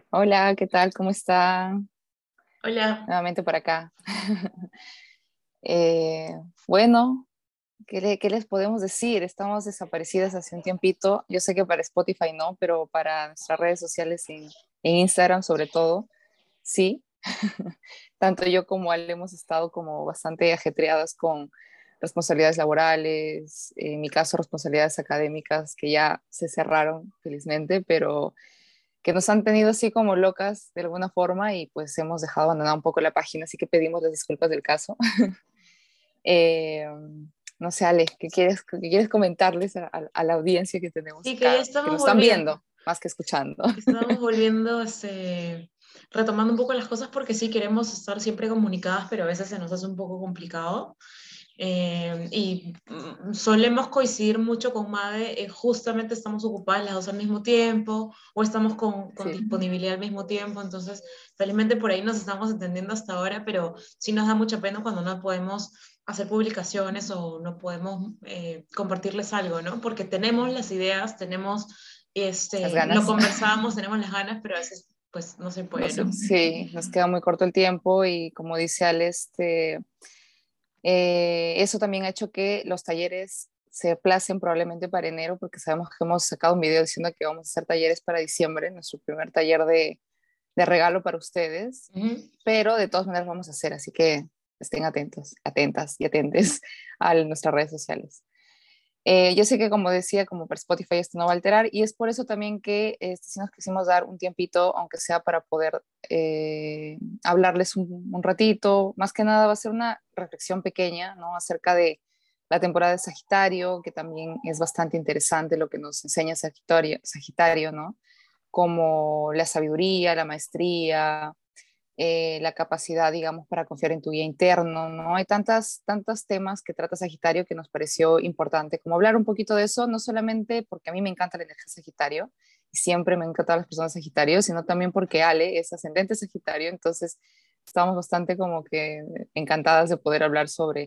Hola, ¿qué tal? ¿Cómo está? Hola. Nuevamente por acá. Eh, bueno, ¿qué les podemos decir? Estamos desaparecidas hace un tiempito. Yo sé que para Spotify no, pero para nuestras redes sociales en Instagram sobre todo, sí. Tanto yo como él hemos estado como bastante ajetreadas con responsabilidades laborales, en mi caso responsabilidades académicas que ya se cerraron felizmente, pero que nos han tenido así como locas de alguna forma y pues hemos dejado abandonar un poco la página, así que pedimos las disculpas del caso. Eh, no sé, Ale, ¿qué quieres comentarles a la audiencia que tenemos Sí, que ya acá, que estamos nos están volviendo. viendo más que escuchando? Estamos volviendo, retomando un poco las cosas porque sí queremos estar siempre comunicadas, pero a veces se nos hace un poco complicado. Solemos coincidir mucho con Made, justamente estamos ocupadas las dos al mismo tiempo o estamos con Sí, disponibilidad al mismo tiempo, entonces felizmente por ahí nos estamos entendiendo hasta ahora, pero sí nos da mucha pena cuando no podemos hacer publicaciones o no podemos compartirles algo, ¿no? Porque tenemos las ideas, las lo ganas. conversábamos, tenemos las ganas, pero a veces pues no se No puede, sé, ¿no? sí, nos queda muy corto el tiempo y como dice Ale, eso también ha hecho que los talleres se aplacen probablemente para enero, porque sabemos que hemos sacado un video diciendo que vamos a hacer talleres para diciembre, nuestro primer taller de regalo para ustedes, Ujú. pero de todas maneras vamos a hacer, así que estén atentos, atentas y atentes a nuestras redes sociales. Yo sé que como decía, como para Spotify esto no va a alterar y es por eso también que sí nos quisimos dar un tiempito, aunque sea para poder hablarles un ratito. Más que nada va a ser una reflexión pequeña, ¿no? Acerca de la temporada de Sagitario, que también es bastante interesante lo que nos enseña Sagitario, ¿no? Como la sabiduría, la maestría, la capacidad, digamos, para confiar en tu guía interno, ¿no? Hay tantos temas que trata Sagitario que nos pareció importante, como hablar un poquito de eso, no solamente porque a mí me encanta la energía Sagitario, y siempre me han encantado las personas Sagitario, sino también porque Ale es ascendente Sagitario, entonces estamos bastante como que encantadas de poder hablar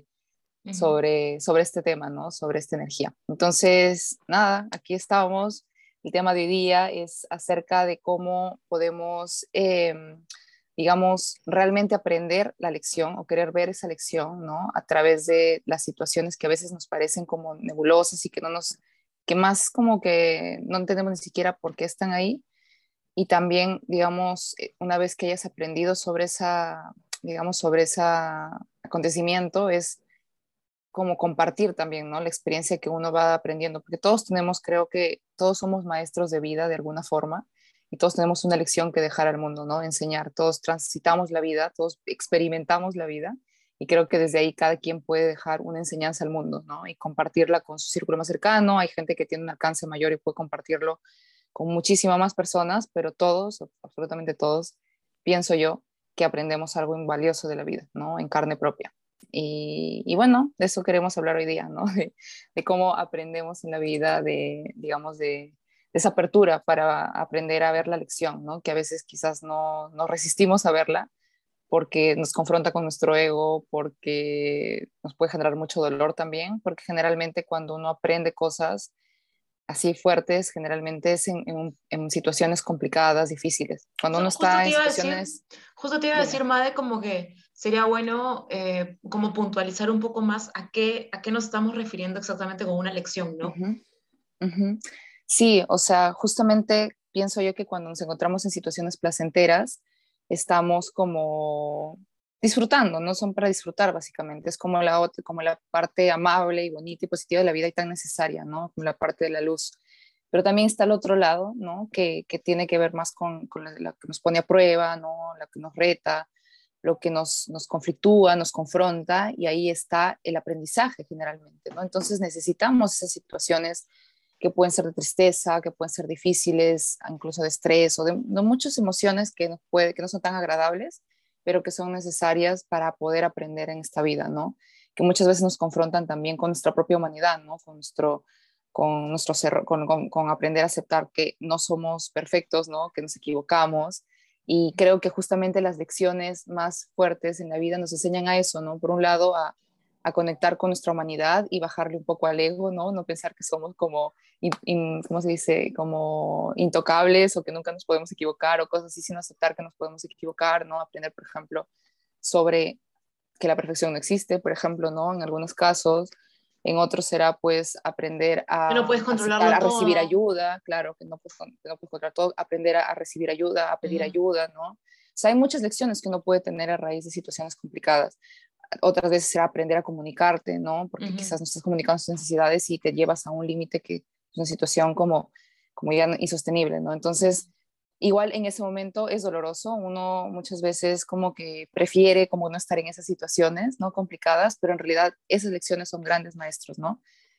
Ujú. sobre este tema, ¿no? Sobre esta energía. Entonces, nada, aquí estamos. El tema de hoy día es acerca de cómo podemos, digamos, realmente aprender la lección o querer ver esa lección, ¿no? A través de las situaciones que a veces nos parecen como nebulosas y que más como que no entendemos ni siquiera por qué están ahí. Y también, digamos, una vez que hayas aprendido digamos, sobre ese acontecimiento, es como compartir también, ¿no? La experiencia que uno va aprendiendo, porque todos tenemos, creo que todos somos maestros de vida de alguna forma y todos tenemos una lección que dejar al mundo, ¿no? Enseñar, todos transitamos la vida, todos experimentamos la vida y creo que desde ahí cada quien puede dejar una enseñanza al mundo, ¿no? Y compartirla con su círculo más cercano. Hay gente que tiene un alcance mayor y puede compartirlo con muchísimas más personas, pero todos, absolutamente todos, pienso yo, que aprendemos algo valioso de la vida, ¿no? En carne propia. Y bueno, de eso queremos hablar hoy día, ¿no? De cómo aprendemos en la vida, digamos, de esa apertura para aprender a ver la lección, ¿no? Que a veces quizás no resistimos a verla porque nos confronta con nuestro ego, porque nos puede generar mucho dolor también, porque generalmente cuando uno aprende cosas así fuertes, generalmente es en situaciones complicadas, difíciles. Cuando uno Justo está te en iba a decir, situaciones, justo te iba a decir, dime. Made, como que sería bueno como puntualizar un poco más a qué nos estamos refiriendo exactamente con una lección, ¿no? Ujú, ujú. Sí, o sea, justamente pienso yo que cuando nos encontramos en situaciones placenteras, estamos como disfrutando, no son para disfrutar básicamente, es como como la parte amable y bonita y positiva de la vida y tan necesaria, ¿no? Como la parte de la luz. Pero también está el otro lado, ¿no? Que tiene que ver más con la que nos pone a prueba, ¿no? La que nos reta, lo que nos conflictúa, nos confronta, y ahí está el aprendizaje generalmente, ¿no? Entonces necesitamos esas situaciones que pueden ser de tristeza, que pueden ser difíciles, incluso de estrés o de muchas emociones que no son tan agradables, pero que son necesarias para poder aprender en esta vida, ¿no? Que muchas veces nos confrontan también con nuestra propia humanidad, ¿no? Con aprender a aceptar que no somos perfectos, ¿no? Que nos equivocamos. Y creo que justamente las lecciones más fuertes en la vida nos enseñan a eso, ¿no? Por un lado, a conectar con nuestra humanidad y bajarle un poco al ego, ¿no? No pensar que somos como, ¿cómo se dice? Como intocables o que nunca nos podemos equivocar o cosas así, sino aceptar que nos podemos equivocar, ¿no? Aprender, por ejemplo, sobre que la perfección no existe, por ejemplo, ¿no? En algunos casos, en otros será pues aprender Que no a puedes aceptar, controlarlo a recibir todo. ayuda, claro, que no puedes controlar todo, aprender a recibir ayuda, a pedir Ujú, ayuda, ¿no? O sea, hay muchas lecciones que uno puede tener a raíz de situaciones complicadas. Otras veces será aprender a comunicarte, ¿no? Porque ujú. quizás no estás comunicando tus necesidades y te llevas a un límite que es una situación como ya insostenible, ¿no? Entonces, igual en ese momento es doloroso, uno muchas veces como que prefiere como no estar en esas situaciones, ¿no? Complicadas, pero en realidad esas lecciones son grandes maestros, ¿no?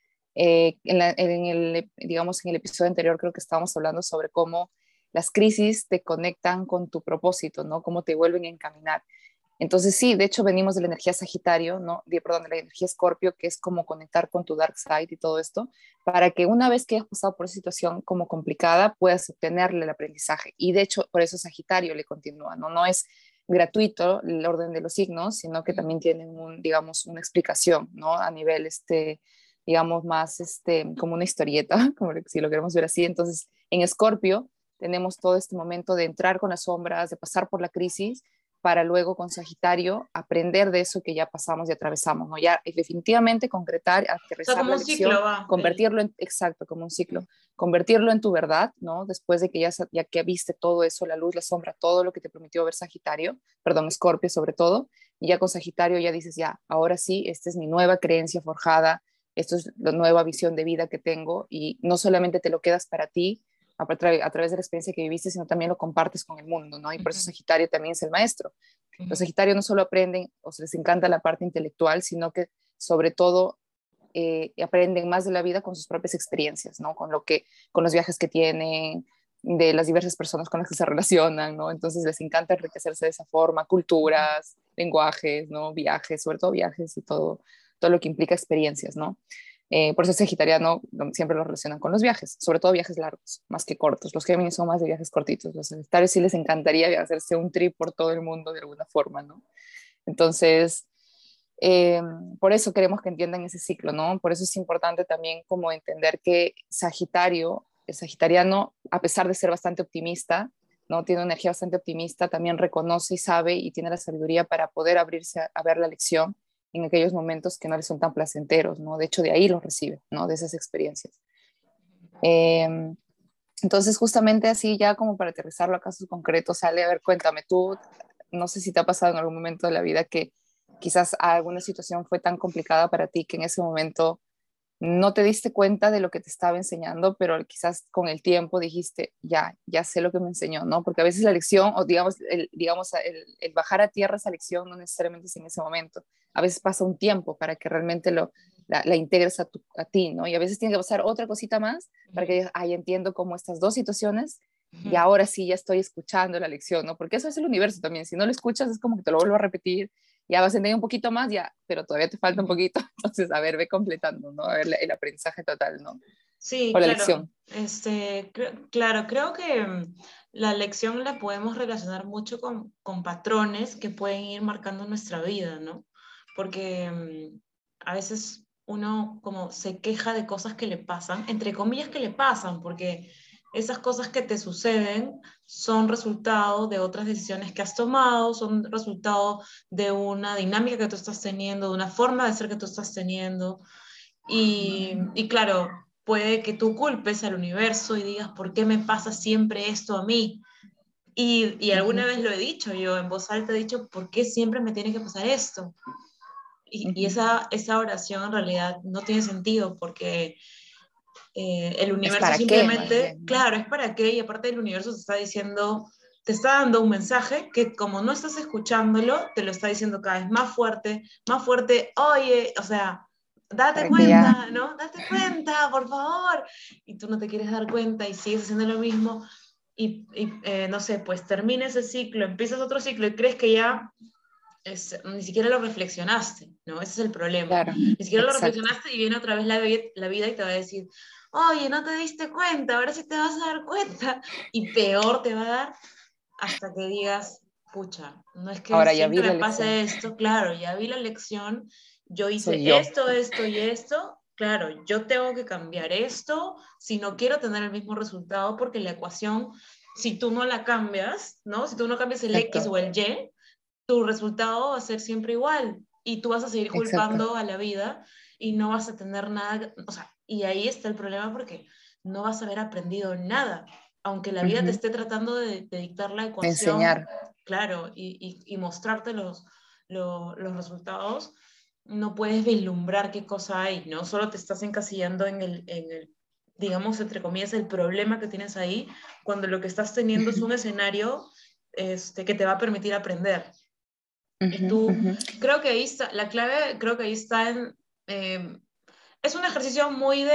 Digamos, en el episodio anterior creo que estábamos hablando sobre cómo las crisis te conectan con tu propósito, ¿no? Cómo te vuelven a encaminar. Entonces sí, de hecho venimos de la energía Sagitario, ¿no? Perdón, de la energía Escorpio, que es como conectar con tu dark side y todo esto, para que una vez que hayas pasado por esa situación como complicada, puedas obtenerle el aprendizaje. Y de hecho, por eso Sagitario le continúa, ¿no? No es gratuito el orden de los signos, sino que también tienen digamos, una explicación, ¿no? A nivel, digamos, más, como una historieta, como si lo queremos ver así. Entonces, en Escorpio tenemos todo este momento de entrar con las sombras, de pasar por la crisis, para luego con Sagitario aprender de eso que ya pasamos y atravesamos, ¿no? Ya definitivamente concretar, O sea, aterrizar como la un ciclo lección, va. convertirlo en, exacto, como un ciclo, convertirlo en tu verdad, ¿no? Después de que ya que viste todo eso, la luz, la sombra, todo lo que te prometió ver Sagitario, perdón, Escorpio sobre todo, y ya con Sagitario ya dices, ya, ahora sí, esta es mi nueva creencia forjada, esto es la nueva visión de vida que tengo, y no solamente te lo quedas para ti, a través de la experiencia que viviste, sino también lo compartes con el mundo, ¿no? Y por eso Ujú, Sagitario también es el maestro. Los ujú. Sagitarios no solo aprenden o se les encanta la parte intelectual, sino que sobre todo aprenden más de la vida con sus propias experiencias, ¿no? Con los viajes que tienen, de las diversas personas con las que se relacionan, ¿no? Entonces les encanta enriquecerse de esa forma, culturas, lenguajes, ¿no? Viajes, sobre todo viajes y todo lo que implica experiencias, ¿no? Por eso Sagitariano siempre lo relacionan con los viajes, sobre todo viajes largos, más que cortos. Los Géminis son más de viajes cortitos. Los Sagitarios sí les encantaría hacerse un trip por todo el mundo de alguna forma, ¿no? Entonces, eh, por eso queremos que entiendan ese ciclo, ¿no? Por eso es importante también como entender que Sagitario, el sagitariano, a pesar de ser bastante optimista, ¿no? Tiene una energía bastante optimista, también reconoce y sabe y tiene la sabiduría para poder abrirse a ver la lección en aquellos momentos que no le son tan placenteros, ¿no? De hecho, de ahí los recibe, ¿no? De esas experiencias. Eh, entonces, justamente así, ya como para aterrizarlo a casos concretos, sale, a ver, cuéntame, tú, no sé si te ha pasado en algún momento de la vida que quizás alguna situación fue tan complicada para ti que en ese momento no te diste cuenta de lo que te estaba enseñando, pero quizás con el tiempo dijiste, ya sé lo que me enseñó, ¿no? Porque a veces la lección, o el bajar a tierra esa lección no necesariamente es en ese momento. A veces pasa un tiempo para que realmente la integres a ti, ¿no? Y a veces tiene que pasar otra cosita más para que digas, entiendo cómo estas dos situaciones y Ujú. ahora sí ya estoy escuchando la lección, ¿no? Porque eso es el universo también. Si no lo escuchas, es como que te lo vuelvo a repetir, ya vas a entender un poquito más, ya, pero todavía te falta un poquito. Entonces, a ver, ve completando, ¿no? A ver el aprendizaje total, ¿no? Sí, O la claro. lección. Claro, creo que la lección la podemos relacionar mucho con patrones que pueden ir marcando nuestra vida, ¿no? Porque a veces uno como se queja de cosas que le pasan, entre comillas que le pasan, porque esas cosas que te suceden son resultado de otras decisiones que has tomado, son resultado de una dinámica que tú estás teniendo, de una forma de ser que tú estás teniendo. Y claro, puede que tú culpes al universo y digas, ¿por qué me pasa siempre esto a mí? Y alguna Ujú, vez lo he dicho, yo en voz alta he dicho, ¿por qué siempre me tiene que pasar esto? Y ujú. esa oración en realidad no tiene sentido porque el Es universo para qué, más simplemente, bien, ¿no? claro, es para qué, y aparte el universo te está diciendo, te está dando un mensaje que como no estás escuchándolo, te lo está diciendo cada vez más fuerte, oye, o sea, date Para que ya, cuenta, ¿no? Date cuenta, por favor. Y tú no te quieres dar cuenta y sigues haciendo lo mismo. No sé, pues termina ese ciclo, empiezas otro ciclo y crees que ya ni siquiera lo reflexionaste, ¿no? Ese es el problema. claro, Ni siquiera lo exacto. reflexionaste y viene otra vez la vida y te va a decir, oye, no te diste cuenta, ahora sí te vas a dar cuenta. Y peor te va a dar hasta que digas, pucha, no es que Ahora ya vi siempre la me lección. pase esto, claro, ya vi la lección, yo hice soy yo. esto, esto y esto, claro, yo tengo que cambiar esto si no quiero tener el mismo resultado, porque la ecuación, si tú no la cambias, ¿no? Si tú no cambias el X Exacto, o el Y, tu resultado va a ser siempre igual y tú vas a seguir exacto. culpando a la vida y no vas a tener nada, o sea, y ahí está el problema porque no vas a haber aprendido nada, aunque la vida te Ujú. esté tratando de dictar la ecuación, Enseñar. claro, y mostrarte los resultados, no puedes vislumbrar qué cosa hay, ¿no? Solo te estás encasillando en el, digamos, entre comillas, el problema que tienes ahí, cuando lo que estás teniendo es Ujú, un escenario que te va a permitir aprender. Y ujú, tú, ujú. creo que ahí está, la clave creo que ahí está eh, es un ejercicio muy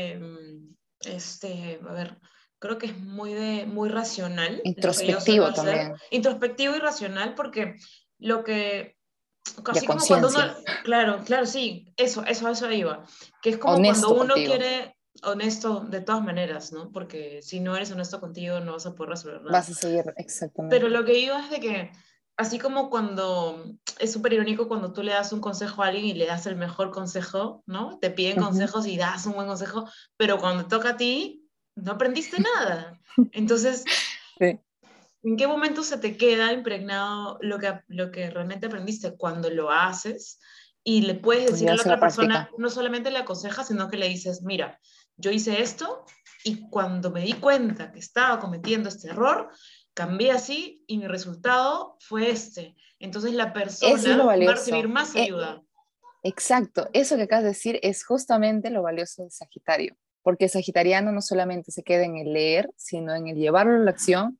a ver, creo que es muy racional lo que yo suelo Introspectivo hacer, también, introspectivo y racional, porque lo que, de así como cuando uno, conciencia. claro, claro, sí, eso iba, que es como cuando Honesto uno contigo. quiere, honesto de todas maneras, ¿no? Porque si no eres honesto contigo no vas a poder resolver nada. Vas a seguir, Pero exactamente. lo que iba es de que, así como cuando, es súper irónico cuando tú le das un consejo a alguien y le das el mejor consejo, ¿no? Te piden Ujú. consejos y das un buen consejo, pero cuando toca a ti, no aprendiste nada. Entonces, Sí, ¿en qué momento se te queda impregnado lo que realmente aprendiste? Cuando lo haces y le puedes cuando decir a la llevas a la otra persona, práctica. no solamente le aconsejas, sino que le dices, mira, yo hice esto y cuando me di cuenta que estaba cometiendo este error, cambié así y mi resultado fue este. Entonces la Eso es lo persona va a recibir valioso. más ayuda. Exacto, eso que acabas de decir es justamente lo valioso de Sagitario, porque el sagitariano no solamente se queda en el leer, sino en el llevarlo a la acción,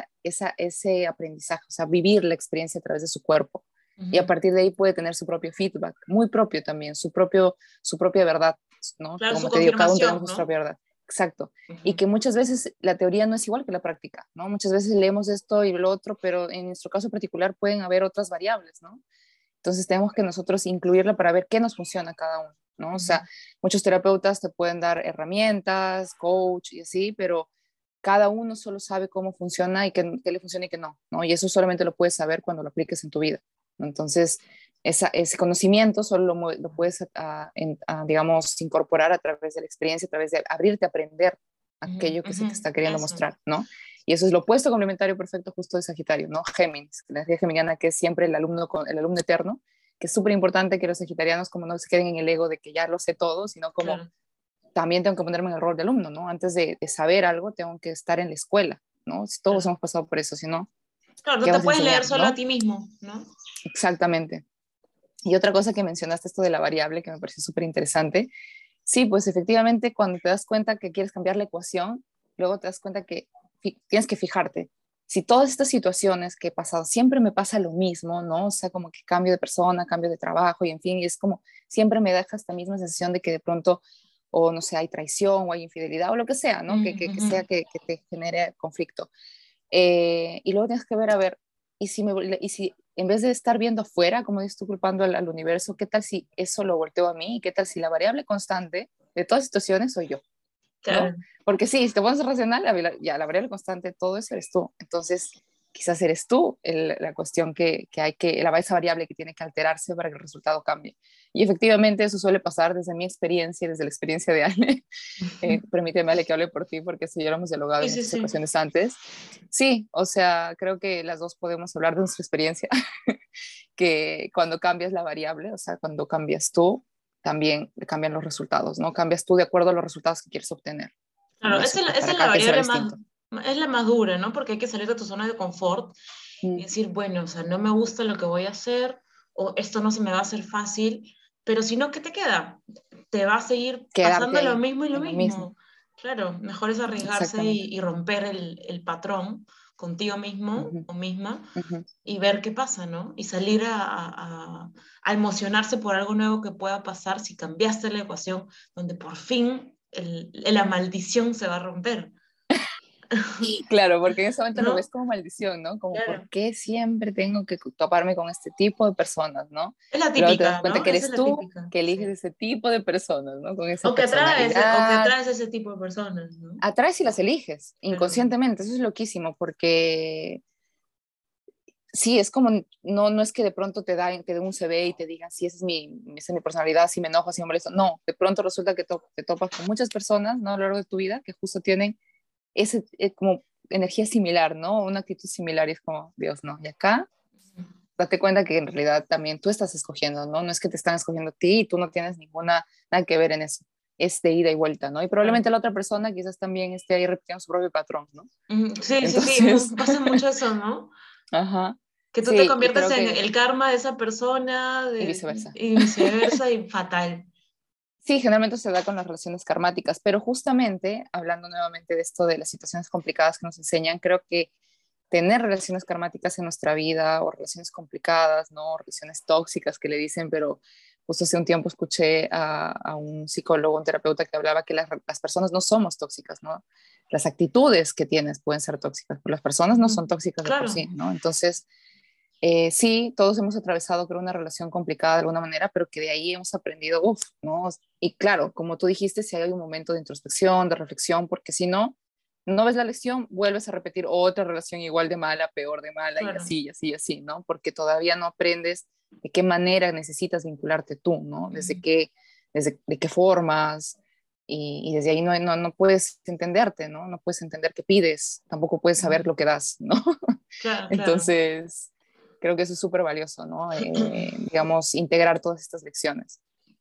ese aprendizaje, o sea, vivir la experiencia a través de su cuerpo. Y a Ujú. partir de ahí puede tener su propio feedback, muy propio también, su propia verdad, ¿no? Claro, su Como te digo, cada uno tenemos confirmación, nuestra ¿no? propia verdad. Exacto. Y Ujú. que muchas veces la teoría no es igual que la práctica, ¿no? Muchas veces leemos esto y lo otro, pero en nuestro caso particular pueden haber otras variables, ¿no? Entonces tenemos que nosotros incluirla para ver qué nos funciona a cada uno, ¿no? O Ujú. sea, muchos terapeutas te pueden dar herramientas, coach y así, pero cada uno solo sabe cómo funciona y qué le funciona y qué no, ¿no? Y eso solamente lo puedes saber cuando lo apliques en tu vida, ¿no? Entonces, ese conocimiento solo lo puedes, digamos, incorporar a través de la experiencia, a través de abrirte a aprender Ujú. aquello que se Ujú. te está queriendo Eso. mostrar, ¿no? Y eso es lo opuesto complementario perfecto justo de Sagitario, ¿no? Géminis, la energía geminiana que es siempre el alumno eterno, que es súper importante que los sagitarianos como no se queden en el ego de que ya lo sé todo, sino como Claro. también tengo que ponerme en el rol de alumno, ¿no? Antes de saber algo, tengo que estar en la escuela, ¿no? Si todos Claro. hemos pasado por eso, si no, Claro, no ¿qué te vas a puedes leer enseñar, solo a no? ti mismo, ¿no? Exactamente. Y otra cosa que mencionaste, esto de la variable, que me pareció súper interesante, sí, pues efectivamente cuando te das cuenta que quieres cambiar la ecuación, luego te das cuenta que tienes que fijarte. Si todas estas situaciones que he pasado, siempre me pasa lo mismo, ¿no? O sea, como que cambio de persona, cambio de trabajo y en fin, y es como siempre me deja esta misma sensación de que de pronto, o no sé, hay traición o hay infidelidad o lo que sea, ¿no? Que Ujú. sea que te genere conflicto. Y luego tienes que ver, a ver, y si en vez de estar viendo afuera, como dices tú, culpando al universo, ¿qué tal si eso lo volteo a mí? ¿Qué tal si la variable constante de todas situaciones soy yo? ¿No? Claro, Porque sí, si te pones racional, ya la variable constante de todo eso eres tú. Entonces, quizás eres tú la cuestión que hay esa variable que tiene que alterarse para que el resultado cambie. Y efectivamente eso suele pasar desde mi experiencia, desde la experiencia de Ale. Permíteme, Ale, que hable por ti, porque si ya lo hemos dialogado sí, en sí, muchas sí. ocasiones antes. Sí, o sea, creo que las dos podemos hablar de nuestra experiencia, que cuando cambias la variable, o sea, cuando cambias tú, también cambian los resultados, ¿no? Cambias tú de acuerdo a los resultados que quieres obtener, ¿no? Claro, Y esa eso, es la, pues, esa para es la cada quien será variable más, distinto. es la más dura, ¿no? Porque hay que salir de tu zona de confort y Mm, decir, bueno, o sea, no me gusta lo que voy a hacer, o esto no se me va a hacer fácil, pero si no, ¿qué te queda? Te va a seguir quedarte pasando lo ahí, mismo y lo en lo mismo, mismo. Claro, mejor es arriesgarse exactamente. y romper el patrón contigo mismo Ujú, o misma ujú. y ver qué pasa, ¿no? Y salir a emocionarse por algo nuevo que pueda pasar si cambiaste la ecuación, donde por fin la maldición se va a romper, Claro, porque en ese momento lo ves ¿no? como maldición, ¿no? Como, ¿por Claro. qué siempre tengo que toparme con este tipo de personas, ¿no? Es la Y luego te das típica, cuenta ¿no? que Esa es eres la tú típica, que eliges sí. ese tipo de personas, ¿no? Con esa O que personalidad. atraes ese tipo de personas, ¿no? Atraes y las eliges Claro. inconscientemente, eso es loquísimo, porque sí, es como, no es que de pronto te den un CV y te digan, sí, esa es mi personalidad, si me enojo, si me molesto. No, de pronto resulta que te topas con muchas personas, ¿no? A lo largo de tu vida que justo tienen ese, como energía similar, ¿no? Una actitud similar y es como, Dios, no. Y acá, date cuenta que en realidad también tú estás escogiendo, ¿no? No es que te están escogiendo a ti y tú no tienes nada que ver en eso. Es de ida y vuelta, ¿no? Y Claro. probablemente la otra persona quizás también esté ahí repitiendo su propio patrón, ¿no? Sí, sí, sí, Entonces, pasa mucho eso, ¿no? ajá. Que tú te Sí, y conviertes creo en que, el karma de esa persona y viceversa. y viceversa y fatal. Sí, generalmente se da con las relaciones karmáticas, pero justamente, hablando nuevamente de esto de las situaciones complicadas que nos enseñan, creo que tener relaciones karmáticas en nuestra vida o relaciones complicadas, ¿no? Relaciones tóxicas que le dicen, pero justo hace un tiempo escuché a un psicólogo, un terapeuta que hablaba que las personas no somos tóxicas, ¿no? Las actitudes que tienes pueden ser tóxicas, pero las personas no son tóxicas de por Claro. sí, ¿no? Entonces, sí, todos hemos atravesado, creo, una relación complicada de alguna manera, pero que de ahí hemos aprendido, uff, ¿no? Y claro, como tú dijiste, si hay un momento de introspección, de reflexión, porque si no, no ves la lección, vuelves a repetir otra relación igual de mala, peor de mala, y Claro. así, y así, y así, ¿no? Porque todavía no aprendes de qué manera necesitas vincularte tú, ¿no? De qué formas, y desde ahí no puedes entenderte, ¿no? No puedes entender qué pides, tampoco puedes saber lo que das, ¿no? Claro, claro. Entonces, creo que eso es súper valioso, ¿no? Digamos, integrar todas estas lecciones.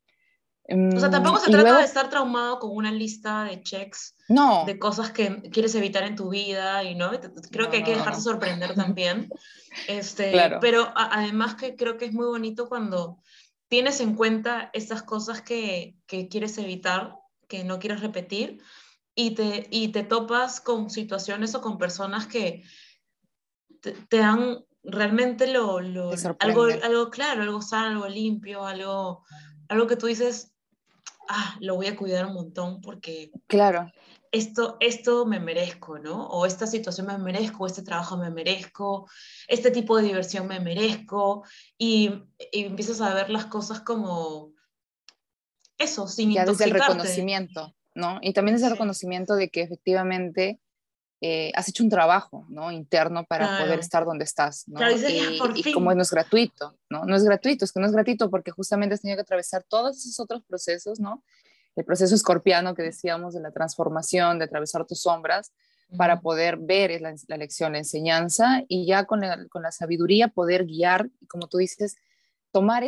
O sea, tampoco se Y trata de luego, estar traumado con una lista de checks no, de cosas que quieres evitar en tu vida y no, creo que no, hay que no, no, dejarse no. sorprender también. Claro, Pero además que creo que es muy bonito cuando tienes en cuenta estas cosas que quieres evitar, que no quieres repetir, y te topas con situaciones o con personas que te dan realmente te sorprende. algo claro, algo sano, algo limpio, algo que tú dices, ah, lo voy a cuidar un montón porque Claro, esto me merezco, ¿no? O esta situación me merezco, este trabajo me merezco, este tipo de diversión me merezco, y empiezas a ver las cosas como eso, sin ya desde el intoxicarte. reconocimiento, ¿no? Y también desde el Sí, reconocimiento de que efectivamente has hecho un trabajo, ¿no? Interno para poder claro. estar donde estás, Claro, ¿no? dices, ya, por Y como fin. no es gratuito, ¿no? No es gratuito, es que no es gratuito porque justamente has tenido que atravesar todos esos otros procesos, ¿no? El proceso escorpiano que decíamos de la transformación, de atravesar tus sombras, para Ujú, poder ver la lección, la enseñanza, y ya con la sabiduría poder guiar, y como tú dices, tomar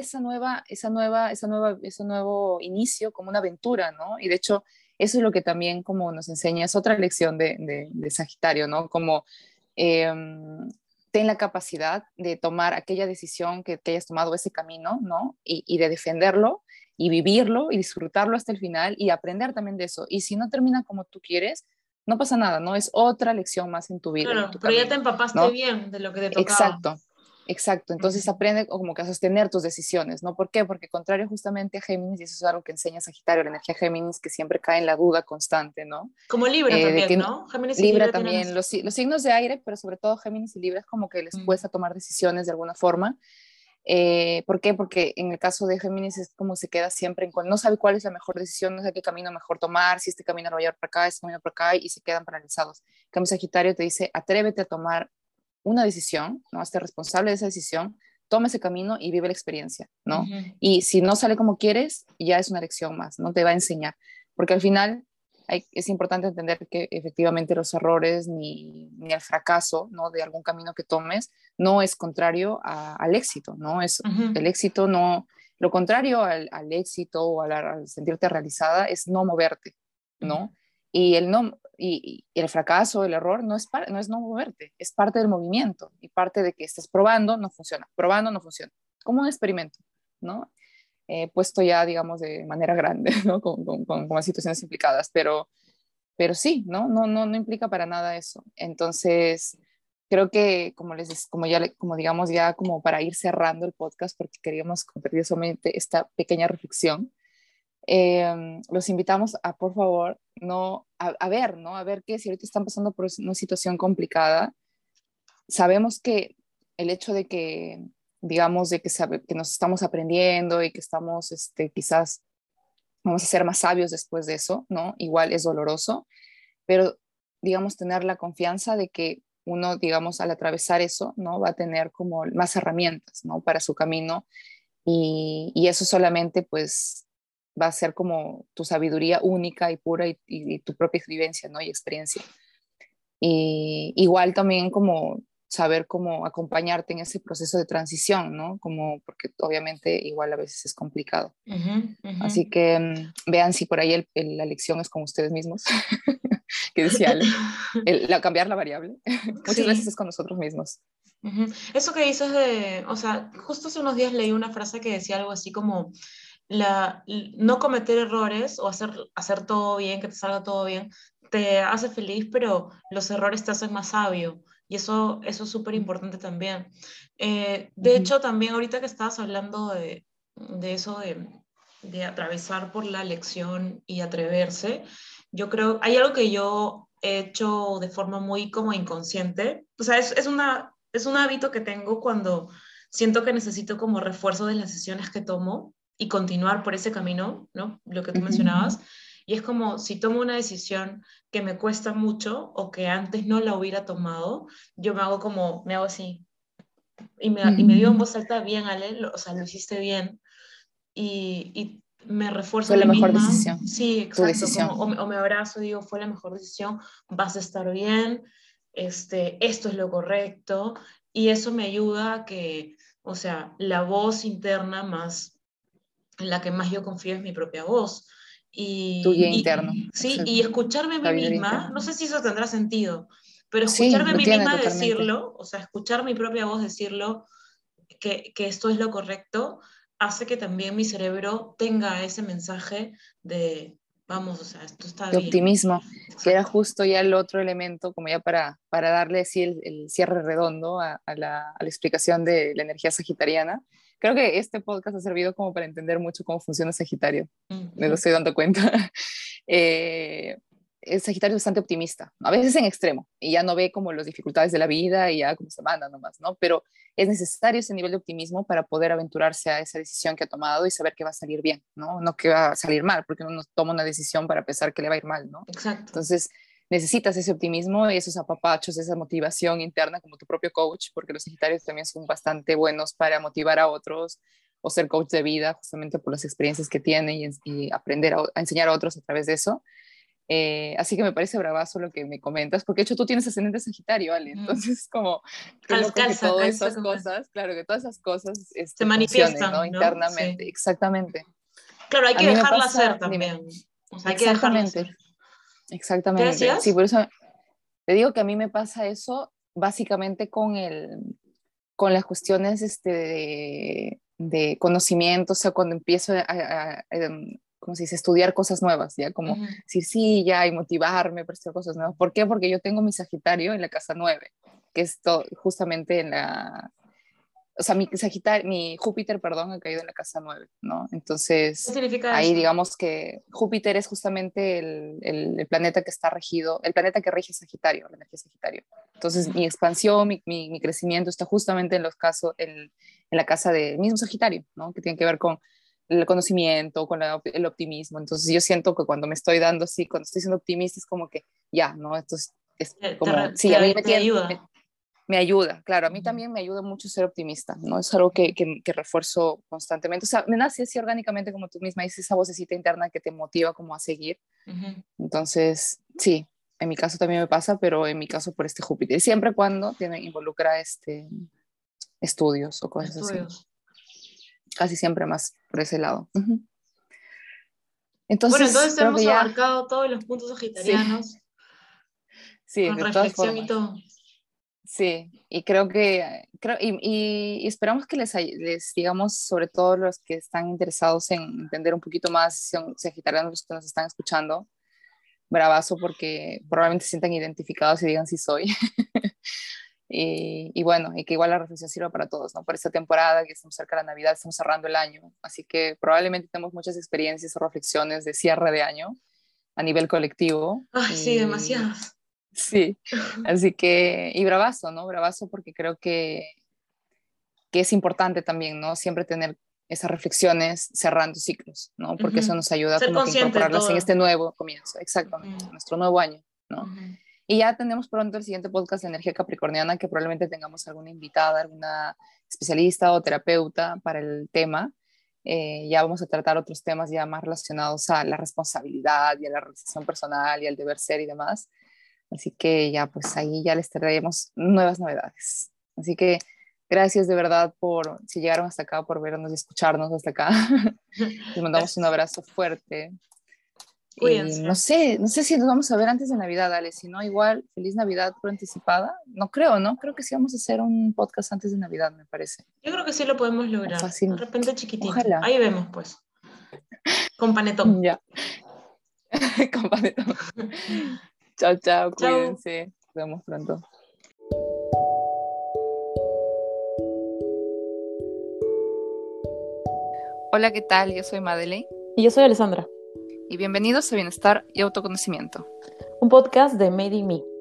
ese nuevo inicio como una aventura, ¿no? Y de hecho, eso es lo que también como nos enseña, es otra lección de Sagitario, ¿no? Como eh, ten la capacidad de tomar aquella decisión que hayas tomado, ese camino, ¿no? Y de defenderlo y vivirlo y disfrutarlo hasta el final y aprender también de eso. Y si no termina como tú quieres, no pasa nada, ¿no? Es otra lección más en tu vida y en claro, tu pero ya te camino, empapaste ¿no? bien de lo que te tocaba. Exacto, exacto. Entonces Ujú. aprende como que a sostener tus decisiones, ¿no? ¿Por qué? Porque contrario justamente a Géminis, y eso es algo que enseña Sagitario, la energía Géminis, que siempre cae en la duda constante, ¿no? Como Libra De también, que ¿no? Géminis y Libra Libra tienen también, eso. los signos de aire, pero sobre todo Géminis y Libra es como que les Mm. cuesta tomar decisiones de alguna forma. ¿Por qué? Porque en el caso de Géminis es como se queda siempre no sabe cuál es la mejor decisión, no sabe qué camino mejor tomar, si este camino lo va a llevar para acá, este camino para acá, y se quedan paralizados. En cambio, Sagitario te dice, atrévete a tomar una decisión, ¿no? Hazte responsable de esa decisión, toma ese camino y vive la experiencia, ¿no? Ujú. Y si no sale como quieres, ya es una lección más, no te va a enseñar, porque al final es importante entender que efectivamente los errores ni el fracaso, ¿no? De algún camino que tomes no es contrario al éxito, ¿no? El Ujú. éxito no, lo contrario al éxito o al sentirte realizada es no moverte, Ujú. ¿no? Y el, no, y el fracaso, el error, no es no moverte, es parte del movimiento y parte de que estás probando, no funciona, como un experimento, ¿no? Puesto ya, digamos, de manera grande, ¿no? Con situaciones implicadas, pero sí, ¿no? No implica para nada eso. Entonces, creo que como digamos ya como para ir cerrando el podcast, porque queríamos compartir solamente esta pequeña reflexión, los invitamos a, por favor, no, a ver, ¿no? A ver que si ahorita están pasando por una situación complicada, sabemos que el hecho de que, digamos, que nos estamos aprendiendo y que estamos, quizás vamos a ser más sabios después de eso, ¿no? Igual es doloroso, pero digamos tener la confianza de que uno, digamos, al atravesar eso, ¿no? Va a tener como más herramientas, ¿no? Para su camino y eso solamente, pues, va a ser como tu sabiduría única y pura y tu propia vivencia, ¿no? Y experiencia. Y igual también como saber cómo acompañarte en ese proceso de transición, ¿no? Como, porque obviamente igual a veces es complicado. Ujú, ujú. Así que vean si por ahí la lección es con ustedes mismos, que decía Ale, cambiar la variable. Muchas veces Sí. es con nosotros mismos. Ujú. Eso que dices de, o sea, justo hace unos días leí una frase que decía algo así como no cometer errores o hacer todo bien, que te salga todo bien, te hace feliz, pero los errores te hacen más sabio. Y eso es súper importante también. De Ujú. hecho, también ahorita que estabas hablando de eso de atravesar por la lección y atreverse, yo creo, hay algo que yo he hecho de forma muy como inconsciente. O sea, es un hábito que tengo cuando siento que necesito como refuerzo de las decisiones que tomo y continuar por ese camino, ¿no? Lo que tú Ujú. mencionabas. Y es como si tomo una decisión que me cuesta mucho o que antes no la hubiera tomado, yo me hago así. Y me digo en Ujú. voz alta, bien, Ale, o sea, lo hiciste bien. Y me refuerzo a Fue la mí mejor misma. decisión, Sí, tu exacto. Como, decisión. o me abrazo y digo, fue la mejor decisión, vas a estar bien, esto es lo correcto. Y eso me ayuda a que, o sea, la voz interna más en la que más yo confío es mi propia voz. Tu guía Y interno, sí, y exacto. escucharme a mí Sabiduría misma, interna. no sé si eso tendrá sentido, pero Sí, escucharme a lo mí tiene misma totalmente. decirlo, o sea, escuchar mi propia voz decirlo, que esto es lo correcto, hace que también mi cerebro tenga ese mensaje de, vamos, o sea, esto está De bien. optimismo, que era Exacto. justo ya el otro elemento, como ya para darle así el cierre redondo a la explicación de la energía sagitariana. Creo que este podcast ha servido como para entender mucho cómo funciona Sagitario, me lo Ujú. estoy dando cuenta. eh, el Sagitario es bastante optimista, ¿no? A veces en extremo, y ya no ve como las dificultades de la vida y ya como se manda nomás, ¿no? Pero es necesario ese nivel de optimismo para poder aventurarse a esa decisión que ha tomado y saber que va a salir bien, ¿no? No que va a salir mal, porque uno no toma una decisión para pensar que le va a ir mal, ¿no? Exacto. Entonces, necesitas ese optimismo y esos apapachos, esa motivación interna como tu propio coach, porque los Sagitarios también son bastante buenos para motivar a otros o ser coach de vida, justamente por las experiencias que tienen y aprender a enseñar a otros a través de eso. Así que me parece bravazo lo que me comentas, porque de hecho tú tienes ascendente Sagitario, Ale, Ujú. entonces como qué loco que Calza, todas calza esas con... cosas, claro, que todas esas cosas Se funcionen, ¿no? manifiestan, ¿no? Internamente, Sí. exactamente. Claro, hay A que mí me dejarla pasa, ser dime, también. O sea, hay que dejarla ser. exactamente, ¿Qué exactamente, sí, decías? por eso te digo que a mí me pasa eso básicamente con las cuestiones de conocimiento, o sea, cuando empiezo ¿cómo se dice?, estudiar cosas nuevas, ya como Ujú. decir sí, ya, y motivarme para estudiar cosas nuevas. ¿Por qué? Porque yo tengo mi Sagitario en la casa 9, que es justamente o sea, mi Júpiter, perdón, ha caído en la casa 9, ¿no? ¿Qué Entonces, significa ahí eso? digamos que Júpiter es justamente el planeta que está regido, el planeta que rige Sagitario, la energía Sagitario. Entonces, mi expansión, mi crecimiento está justamente en los casos, en la casa del mismo Sagitario, ¿no? Que tiene que ver con el conocimiento, con el optimismo. Entonces, yo siento que cuando me estoy dando así, cuando estoy siendo optimista, es como que ya, ¿no? Esto es Te, te, como, re- sí, a mí te- te ayuda. me ayuda, claro, a mí Ujú. también me ayuda mucho ser optimista, ¿no? Es algo que refuerzo constantemente. O sea, me nace así orgánicamente, como tú misma dices, esa vocecita interna que te motiva como a seguir. Ujú. Entonces, sí, en mi caso también me pasa, pero en mi caso por este Júpiter. Y siempre cuando involucra estudios o cosas así. Estudios. Casi siempre más por ese lado. Ujú. Bueno, Entonces, entonces creo que hemos ya, abarcado todos los puntos sí, sagitarianos sí, con de todas reflexión y formas. todo. Sí, y y esperamos que les digamos, sobre todo los que están interesados en entender un poquito más, si son sagitarianos los que nos están escuchando, bravazo, porque probablemente se sientan identificados y digan sí soy. Y bueno, y que igual la reflexión sirva para todos, ¿no? Por esta temporada que estamos cerca de la Navidad, estamos cerrando el año, así que probablemente tenemos muchas experiencias o reflexiones de cierre de año a nivel colectivo. Ay, sí, Y demasiadas. sí, así que, y bravazo, ¿no? Bravazo porque creo que es importante también, ¿no? Siempre tener esas reflexiones cerrando ciclos, ¿no? Porque eso Ujú. nos ayuda Ser como que consciente de incorporarlas en todo. este nuevo comienzo, exactamente, Ujú, nuestro nuevo año, ¿no? ujú. Y ya tenemos pronto el siguiente podcast de Energía Capricorniana, que probablemente tengamos alguna invitada, alguna especialista o terapeuta para el tema. Ya vamos a tratar otros temas ya más relacionados a la responsabilidad y a la realización personal y al deber ser y demás. Así que ya, pues ahí ya les traeremos nuevas novedades. Así que gracias de verdad por, si llegaron hasta acá, por vernos y escucharnos hasta acá. Les mandamos un Gracias. abrazo fuerte. Y Cuídense. no sé si nos vamos a ver antes de Navidad, Ale. Si no, igual, feliz Navidad por anticipada. No creo, ¿no? Creo que sí vamos a hacer un podcast antes de Navidad, me parece. Yo creo que sí lo podemos O lograr. De fácil. repente chiquitito. Ojalá. Ahí vemos, pues. Con panetón. Ya, compadre. Chao, chao, Chau. cuídense. Nos vemos pronto. Hola, ¿qué tal? Yo soy Madeleine Y yo soy Alessandra, y bienvenidos a Bienestar y Autoconocimiento. un podcast de Made in Me.